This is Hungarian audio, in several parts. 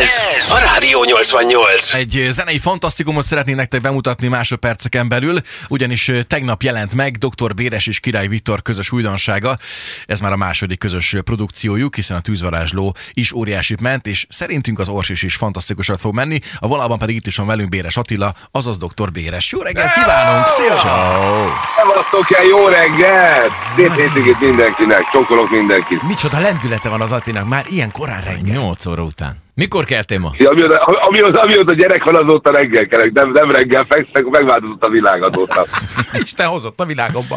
Ez a Rádió 88. Egy zenei fantasztikumot szeretnék nektek bemutatni másodperceken belül, ugyanis tegnap jelent meg Dr. Béres és Király Viktor közös újdonsága. Ez már a második közös produkciójuk, hiszen a Tűzvarázsló is óriásit ment, és szerintünk az Orsis is fantasztikusat fog menni. A vonalban pedig itt is van velünk Béres Attila, azaz Dr. Béres. Jó reggelt kívánunk! Szia! Szevasztok el, jó reggelt! Szép hétvégét mindenkinek, csókolok mindenkit. Micsoda lendülete van az Attinak, már ilyen korán reggel. 8 óra után. Mikor keltél ma? Ja, amióta gyerek van, azóta reggel kelek, nem reggel fekszek, megváltozott a világ azóta. Isten hozott a világomba.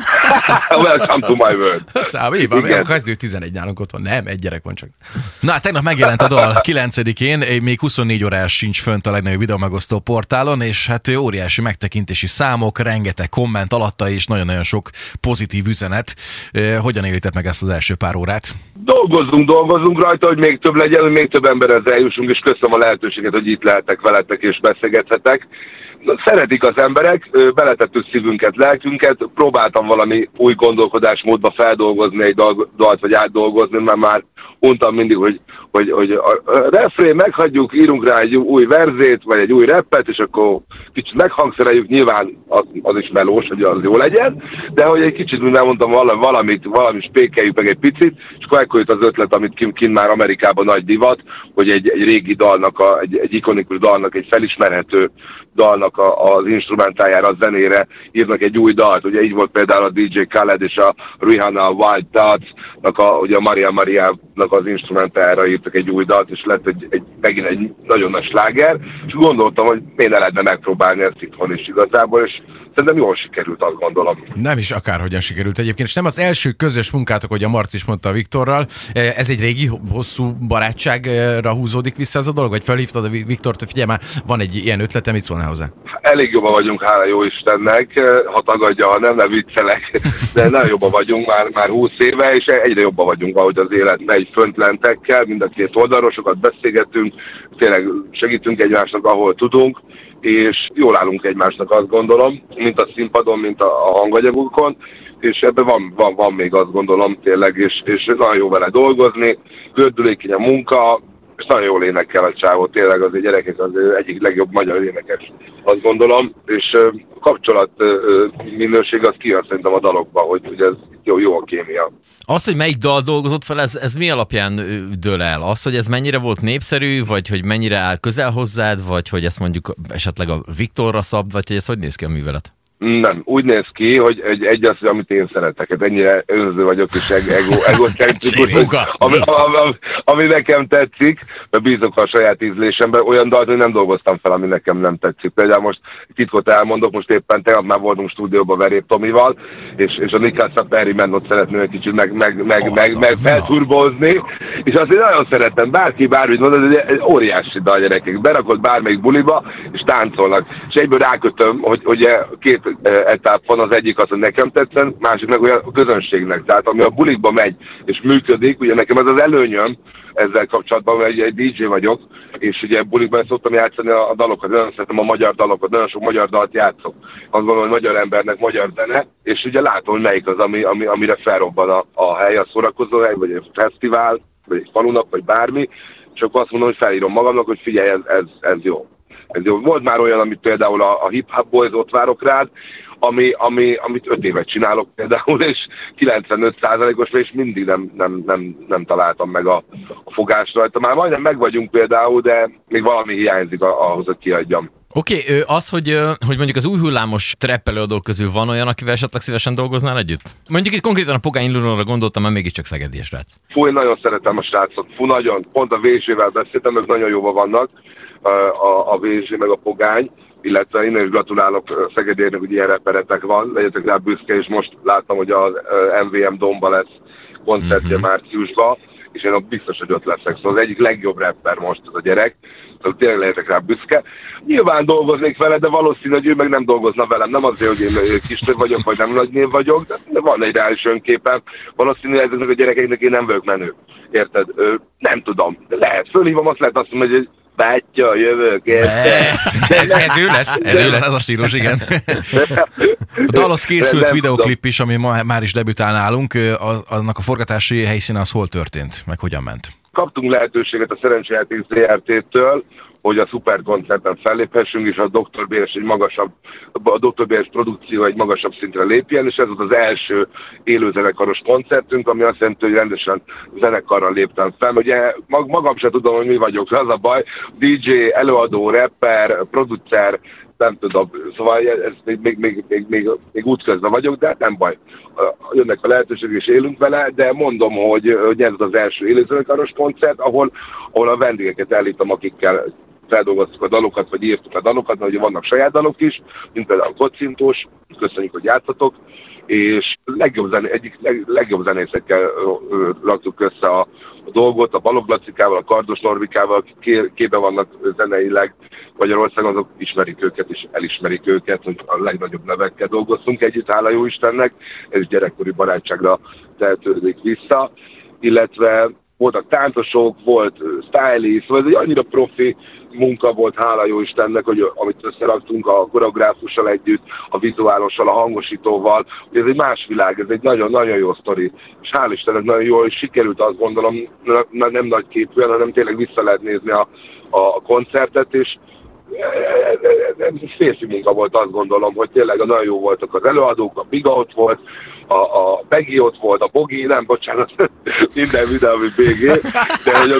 Welcome to my world. Éva, kezdő 11 nálunk otthon. Nem, egy gyerek van csak. Na, tegnap megjelent a dal 9-én, még 24 órás sincs fönt a legnagyobb videómegosztó portálon, és hát óriási megtekintési számok, rengeteg komment alatta, és nagyon-nagyon sok pozitív üzenet. Hogyan élitek meg ezt az első pár órát? Dolgozzunk rajta, hogy még több legyen, hogy még több emberhez eljussunk, és köszönöm a lehetőséget, hogy itt lehetek veletek és beszélgethetek. Szeretik az emberek, beletettük szívünket, lelkünket, próbáltam valami új gondolkodásmódba feldolgozni egy dalt, vagy átdolgozni, mert már untam mindig, hogy a refrén meghagyjuk, írunk rá egy új verzét, vagy egy új rappet, és akkor kicsit meghangszereljük, nyilván az is melós, hogy az jó legyen, de hogy egy kicsit, mint elmondtam, valamit spékeljük meg egy picit, és akkor jött az ötlet, amit kint már Amerikában nagy divat, hogy egy régi dalnak, egy ikonikus dalnak, egy felismerhető dalnak az instrumentáljára, a zenére írnak egy új dalt. Ugye így volt például a DJ Khaled és a Rihanna Wild Thoughts-nak, ugye a Maria Maria-nak az instrumentáljára írtak egy új dalt, és lett megint egy nagyon nagy sláger, és gondoltam, hogy miért ne lehetne megpróbálni ezt itthon is igazából, és szerintem jól sikerült, azt gondolom. Nem is akárhogyan sikerült egyébként, és nem az első közös munkátok, hogy a Marci is mondta a Viktorral, ez egy régi, hosszú barátságra húzódik vissza ez a dolog, vagy felhívtad a Viktort, hogy figyelj már, van egy ilyen ötletem, mit szólnál hozzá? Elég jobban vagyunk, hála jó Istennek, ha tagadja, ha nem viccelek, de nagyon jobban vagyunk már 20 éve, és egyre jobban vagyunk, ahogy az élet megy föntlentekkel, mind a két oldalról, sokat beszélgetünk, tényleg segítünk egymásnak, ahol tudunk, és jól állunk egymásnak, azt gondolom, mint a színpadon, mint a hanganyagokon, és ebben van még, azt gondolom tényleg, és nagyon jó vele dolgozni, gördülékeny a munka, és nagyon jól énekel a csávó, tényleg az gyerekek az egyik legjobb magyar énekes, azt gondolom, és a kapcsolat minőség az kijön szerintem a dalokban, hogy ez jó a kémia. Az, hogy melyik dal dolgozott fel, ez mi alapján dől el? Az, hogy ez mennyire volt népszerű, vagy hogy mennyire áll közel hozzád, vagy hogy ezt mondjuk esetleg a Viktorra szab, vagy hogy ez hogy néz ki a művelet? Nem, úgy néz ki, hogy egy az, amit én szeretek. Hát ennyire önző vagyok, és egocentrikus, ami nekem tetszik, mert bízok a saját ízlésemben. Olyan dalt, hogy nem dolgoztam fel, ami nekem nem tetszik. Például most titkot elmondok, most éppen tegnap már voltunk stúdióban Verép Tomival, és a Nikásza Perry Mennot szeretném egy kicsit meg felturbozni, és azért nagyon szeretem, bármit mondod, hogy egy óriási dal, gyerekek. Berakod bármelyik buliba, és táncolnak. És egyből rákötöm, hogy két etap van, az egyik az, hogy nekem tetszen, másik meg olyan a közönségnek. Tehát ami a bulikba megy és működik, ugye nekem ez az előnyöm ezzel kapcsolatban, mert egy DJ vagyok, és ugye bulikban szoktam játszani a dalokat, nagyon szeretem a magyar dalokat, nagyon sok magyar dalt játszok. Azt gondolom, hogy magyar embernek magyar zene, és ugye látom, hogy melyik az, amire felrobban a hely, a szórakozó hely, vagy egy fesztivál, vagy egy falunak, vagy bármi, és akkor azt mondom, hogy felírom magamnak, hogy figyelj, ez jó. Ez jó. Volt már olyan, amit például a Hip Hop Boys, Ott várok rád, amit 5 évet csinálok például, és 95%-os, és mindig nem találtam meg a fogást rajta. Már majdnem meg vagyunk például, de még valami hiányzik ahhoz, hogy kiadjam. Oké, az, hogy mondjuk az új hullámos trap előadók közül van olyan, akivel esetleg szívesen dolgoznál együtt? Mondjuk itt konkrétan a Pogány Lunóra gondoltam, mert mégiscsak szegedi srác. Én nagyon szeretem a srácot. Nagyon. Pont a VZ-vel beszéltem, ők nagyon jóban vannak, a VZ meg a Pogány, illetve innen is gratulálok Szegedérnek, hogy ilyen reperetek van, legyetek rá büszke, és most láttam, hogy az MVM Domba lesz koncertje márciusban, és én ott biztos, hogy ott leszek. Szóval az egyik legjobb rapper most az a gyerek, szóval tényleg lehetek rá büszke. Nyilván dolgoznék vele, de valószínű, hogy ő meg nem dolgozna velem. Nem azért, hogy én kis név vagyok, vagy nem nagy név vagyok, de van egy reális önképem. Valószínű, hogy ezeknek a gyerekeknek én nem vagyok menő. Érted? Nem tudom. De lehet. Fölhívom, azt lehet azt mondani, hogy bátya, jövök, ez ő lesz, ez a stílus, igen. A dalhoz készült videoklip is, ami már is debütál nálunk, annak a forgatási helyszíne az hol történt, meg hogyan ment? kaptunk lehetőséget a Szerencsejáték ZRT-től, hogy a szuperkoncerten felléphessünk, és a Dr. Béres a Dr. Béres produkció egy magasabb szintre lépjen, és ez volt az első élőzenekaros koncertünk, ami azt jelenti, hogy rendesen zenekarral léptem fel. Ugye magam sem tudom, hogy mi vagyok, az a baj. DJ, előadó, rapper, producer, nem tudom, szóval ez még útközben vagyok, de nem baj. Jönnek a lehetőség, és élünk vele, de mondom, hogy ez az első élőzenekaros koncert, ahol a vendégeket állítom, akikkel feldolgoztuk a dalokat, vagy írtuk a dalokat, mert ugye vannak saját dalok is, mint például a Kocintós, köszönjük, hogy játszatok, és egyik legjobb zenészekkel raktuk össze a dolgot, a Balogh Lacikával, a Kardos Norvikával, akik képben vannak zeneileg Magyarországon, azok ismerik őket és elismerik őket, hogy a legnagyobb nevekkel dolgoztunk együtt, hála jó Istennek, ez is gyerekkori barátságra tehetődik vissza, illetve voltak táncosok, volt stylist, szóval ez egy annyira profi munka volt, hála jó Istennek, hogy amit összeraktunk a koreográfussal együtt, a vizuálossal, a hangosítóval, hogy ez egy más világ, ez egy nagyon-nagyon jó sztori. És hál' Istennek nagyon jól sikerült, azt gondolom, nem nagy képűen, hanem tényleg vissza lehet nézni a koncertet, és férfi munka volt, azt gondolom, hogy tényleg nagyon jó voltak az előadók, a Biga ott volt, a Peggy ott volt, a Bogi, nem, bocsánat, minden videó, BG, de hogy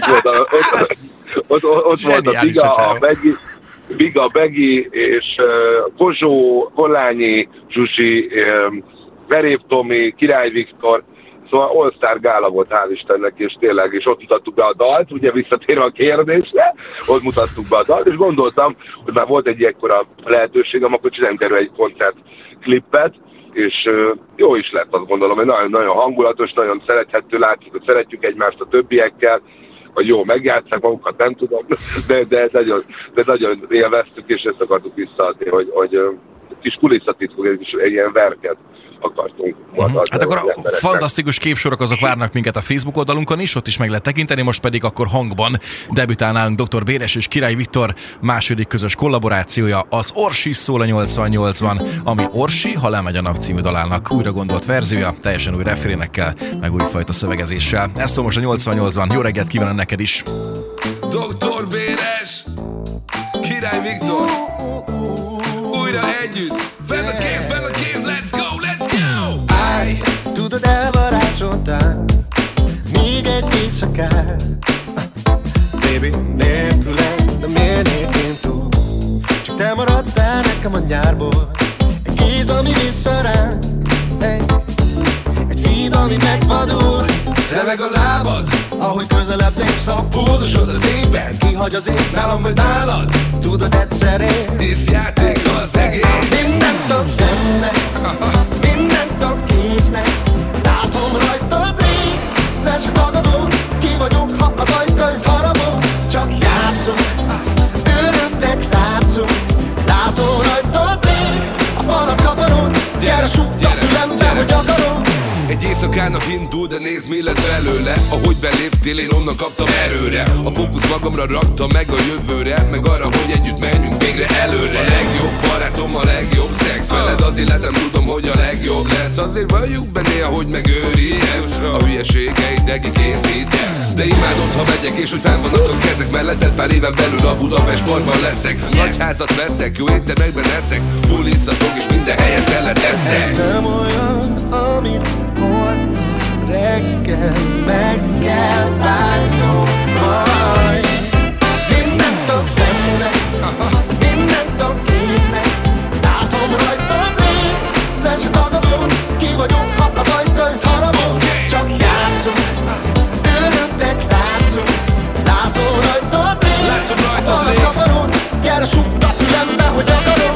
ott volt a Biga, a Biga, Beggy, és Kozsó, Kollányi, Zsusi, Veréb Tomi, Király Viktor, szóval All-Star gála volt, hál' Istennek, és tényleg, és ott mutattuk be a dalt, ugye visszatérve a kérdésre, ott mutattuk be a dalt, és gondoltam, hogy már volt egy ekkora lehetőségem, akkor csináljunk erről egy koncertklippet, és jó is lett, azt gondolom, hogy nagyon hangulatos, nagyon szerethető, látszik, hogy szeretjük egymást a többiekkel, vagy jó, megjátszák magukat, nem tudom, de nagyon élveztük, és ezt akartuk visszaadni, hogy kis kulisszatitkok, egy ilyen verket akartunk. Hát akkor a fantasztikus képsorok azok várnak minket a Facebook oldalunkon is, ott is meg lehet tekinteni, most pedig akkor hangban debütál nálunk Dr. Béres és Király Viktor második közös kollaborációja, az Orsi szól a 88-ban, ami Orsi, ha lemegy a nap című dalának újra gondolt verziója, teljesen új refrénekkel, meg újfajta szövegezéssel. Ez szól most a 88-ban, jó reggelt kívánom neked is! Dr. Béres, Király Viktor, újra együtt, fenn a kéz, let's go! Állj, tudod, elvarázsoltál még egy éjszakát, baby, nélküled, de miérnék én túl. Csak te maradtál nekem a nyárból, egy kéz, ami visszarán, egy szív, ami megvadul. Remeg a lábad, ahogy közelebb lépsz, a pózusod az égben, kihagy az ész, nálam vagy nálad, tudod egyszer én. díszjáték az egész. Mindent a szemnek, mindent a kéznek, látom rajtad rég, lesz magadon, ki vagyok, ha az ajtót harapom, csak játszunk, öröknek látszunk, látom rajtad rég, a falat kaparon, gyere súgd a fülembe, hogy akarom. Egy éjszakának indul, de nézd mi lett belőle. Ahogy beléptél, én onnan kaptam erőre. A fókusz magamra raktam meg a jövőre, meg arra, hogy együtt menjünk végre előre. A legjobb barátom, a legjobb szex, veled az életem, tudom, hogy a legjobb lesz. Azért valljuk be néha, hogy megőriz a hülyeségeit, neki készítesz. De imádod, ha megyek, és hogy fenn vannak a kezek melletted, pár éven belül a Budapest parkban leszek. Nagy házat veszek, jó éttermekben eszek, bulisztatok, és minden helyen tele teszek. Ez nem olyan, amit holnap reggel meg kell várnom majd. Mindent a szemnek, mindent a kéznek, látom rajtad rég, lesz magadon, ki vagyok, ha az ajtót harapom, csak játszunk, öröknek látszunk, látom rajtad rég, a falat kaparon, gyere súgd a fülembe, hogy akarom.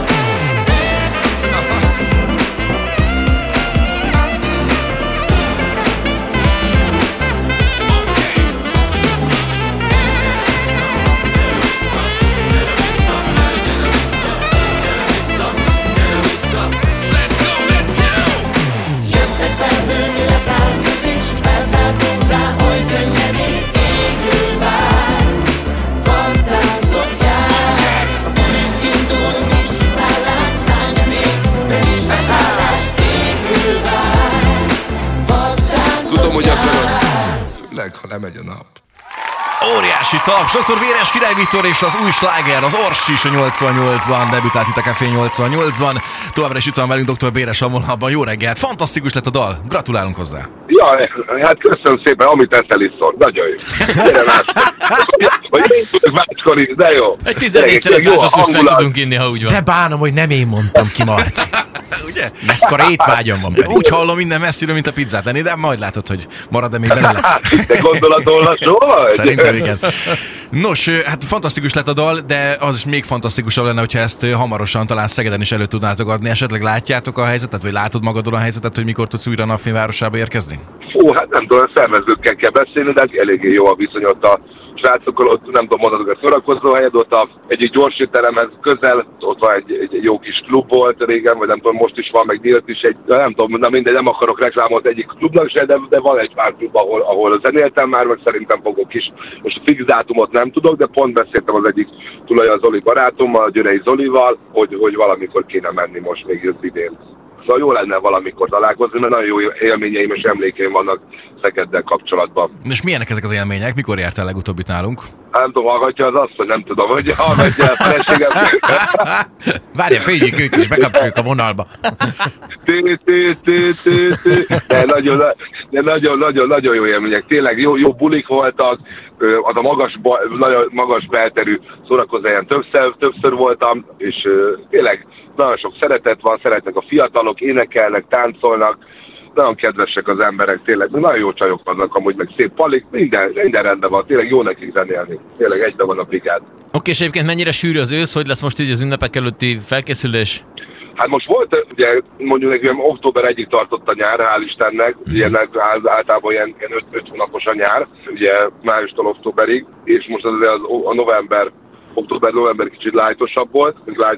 Tudom, hogy akarod, főleg, ha lemegy a nap. Óriási taps. Dr. Véres, Király Viktor és az új sláger, az Orsis a 88-ban, debütált itt a Café 88-ban. Továbbra is itt van velünk Dr. Béres a vonalban. Jó reggelt, fantasztikus lett a dal. Gratulálunk hozzá. Ja, hát köszönöm szépen, amit eszel iszol. Nagyon jó. Hogy én tudok máskor, de jó. Egy 14-szeres változást meg tudunk inni, ha úgy van. De bánom, hogy nem én mondtam ki, Marci. Ugye? Mekkora étvágyam van pedig. Úgy hallom minden messziről, mint a pizzát lenni, de majd látod, hogy marad-e még belőle. Te gondolatolvasó vagy? Szerintem igen. Nos, hát fantasztikus lett a dal, de az is még fantasztikusabb lenne, hogyha ezt hamarosan talán Szegeden is elő tudnátok adni. Esetleg látjátok a helyzetet, vagy látod magadon a helyzetet, hogy mikor tudsz újra a Napfényvárosába érkezni? Fú, hát nem tudom, szervezőkkel kell beszélni, de eléggé jó a viszony ott a srácokkal, ott nem tudom, mondatok a szórakozó helyed, ott egyik gyors étteremhez közel, ott van egy jó kis klub volt régen, vagy nem tudom, most is van, meg nyílt is egy, nem tudom, na mindegy, nem akarok reklámot egyik klubnak se, de van egy pár klub, ahol zenéltem már, meg szerintem fogok is. Most a fix dátumot nem tudok, de pont beszéltem az egyik tulaj, az Zoli barátommal, a Györei Zolival, hogy valamikor kéne menni most még jött idén. Szóval jó lenne valamikor találkozni, mert nagyon jó élményeim és emlékeim vannak Szegeddel kapcsolatban. És milyenek ezek az élmények? Mikor jártál legutóbb itt nálunk? Hát nem tudom, hallgatja az azt, hogy nem tudom, hogy hallgatja a feleségem. Várja, figyeljük őt is, bekapcsoljuk a vonalba. De nagyon jó élmények. Tényleg jó bulik voltak, az a magas belterű szórakozó helyen többször voltam, és tényleg nagyon sok szeretet van, szeretnek a fiatalok, énekelnek, táncolnak, nagyon kedvesek az emberek, tényleg, nagyon jó csajok vannak amúgy, meg szép palik, minden rendben van, tényleg jó nekik zenélni, tényleg egyben van a brigád. Oké, és egyébként mennyire sűrű az ősz, hogy lesz most így az ünnepek előtti felkészülés? Hát most volt, ugye mondjuk nekünk október 1-ig tartott a nyár, hál' Istennek, ilyen általában ilyen 5 hónapos a nyár, ugye májustól októberig, és most az a október-november kicsit lightosabb volt,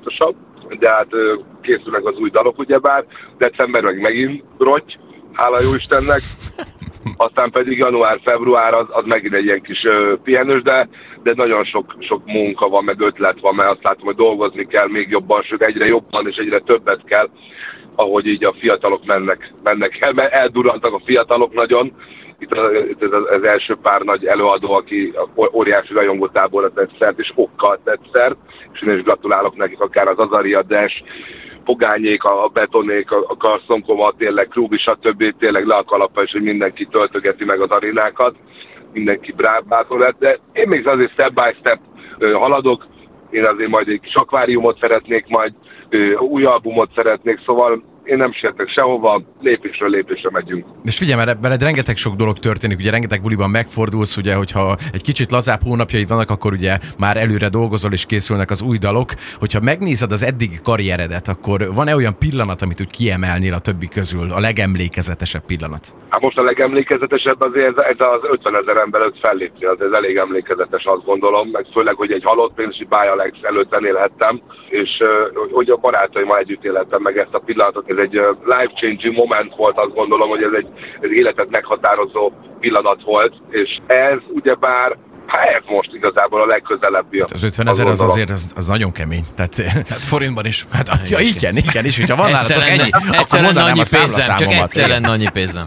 de hát készülnek az új dalok ugyebár, december meg megint rotty, hála jó Istennek, aztán pedig január-február az megint egy ilyen kis pihenős, de nagyon sok munka van, meg ötlet van, mert azt látom, hogy dolgozni kell még jobban, sőt egyre jobban és egyre többet kell, ahogy így a fiatalok mennek el, mert eldurrantak a fiatalok nagyon. Itt az első pár nagy előadó, aki óriási rajongótáborra tett szert, és okkal tett szert, és én is gratulálok nekik, akár az Azaria Dash, Pogányék, a Betonék, a Karszonkoma, tényleg Krúbi, stb. Tényleg le a kalappa, és hogy mindenki töltögeti meg az arénákat, mindenki bátor lett, de én még azért step by step haladok, én azért majd egy kis akváriumot szeretnék, majd új albumot szeretnék, szóval én nem sértek sehova, lépésről lépésre megyünk. És figyelj, mert veled rengeteg sok dolog történik, ugye rengeteg buliban megfordulsz, ugye, hogyha egy kicsit lazább hónapjaid vannak, akkor ugye már előre dolgozol és készülnek az új dalok. Hogyha megnézed az eddigi karrieredet, akkor van-e olyan pillanat, amit úgy kiemelnél a többi közül, a legemlékezetesebb pillanat? Hát most a legemlékezetesebb azért ez az 50 000 ember előtt fellépni, az elég emlékezetes, azt gondolom, meg főleg, hogy egy halott pénzsi Bájalex előtt zenélhettem, és hogy a barátaimmal együtt élhettem meg ezt a pillanatot. Ez egy life-changing moment volt, azt gondolom, hogy ez egy életet meghatározó pillanat volt, és ez ugyebár ez most igazából a legközelebbi. Hát az 50 000 az azért az nagyon kemény. Tehát forintban is. Hát ja, igen, és hogyha van nálatok ennyi, akkor mondanám a számlaszámomat. Csak egyszer lenne annyi pénzem.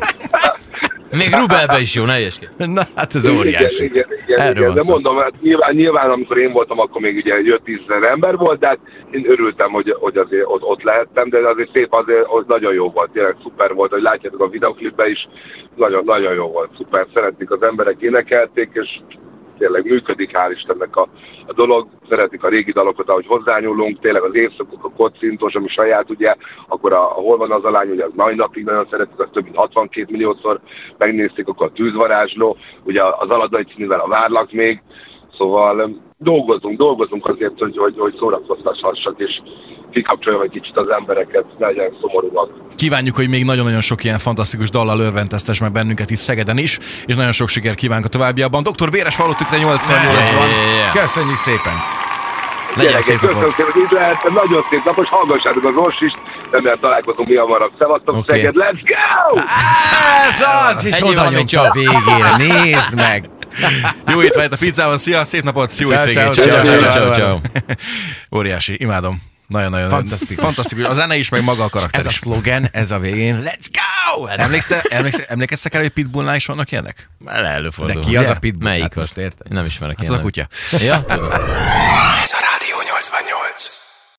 Még rubelbe is jó, ne ilyeskedj. Na, hát ez óriási. Igen. De mondom, hát nyilván amikor én voltam, akkor még ugye 5-10 000 ember volt, de hát én örültem, hogy azért ott lehettem, de azért szép, azért nagyon jó volt, tényleg szuper volt, hogy látjátok a videoklipben is, nagyon jó volt, szuper, szeretik az emberek, énekelték, és tényleg működik, hál' Istennek a dolog, szeretik a régi dalokat, ahogy hozzányúlunk, tényleg az évszakok, a kocintos, ami saját, ugye, akkor hol van az a lány, ugye az mai napig nagyon szeretik, az több mint 62 milliószor megnézték, akkor a Tűzvarázsló, ugye az Aladai cíművel a Várlak még, szóval dolgozunk azért, hogy szórakoztassak, és kikapcsoljon egy kicsit az embereket, ne legyen szomorúak. Kívánjuk, hogy még nagyon-nagyon sok ilyen fantasztikus dallal örvendeztes meg bennünket itt Szegeden is, és nagyon sok sikert kívánok a továbbiakban. Dr. Béres, hallottuk te 88-ban. Köszönjük szépen! Legyen szép köszönöm szépen, hogy itt lehettem, nagyon szép napos, hallgassátok az Orsist, remélem találkozunk mi hamarabb. Szevasztok, Szeged, let's go! Ez az! És oda nyomta a végére, nézd meg! Jó étvágyat a pizzával, szia, szép napot, jó étvégét! Ciao. Óriási, imádom. Nagyon-nagyon fantasztikus. A zene is, meg maga a karakter. Ez a szlogen, ez a végén. Let's go! Emlékeztek el, hogy Pitbullnál is vannak ilyenek? Előfordul. De ki az a Pitbull? Melyik Hát az? most érted? Nem ismerek Hát ilyenek. a kutya. Ja, tudom. Ez a Rádió 88.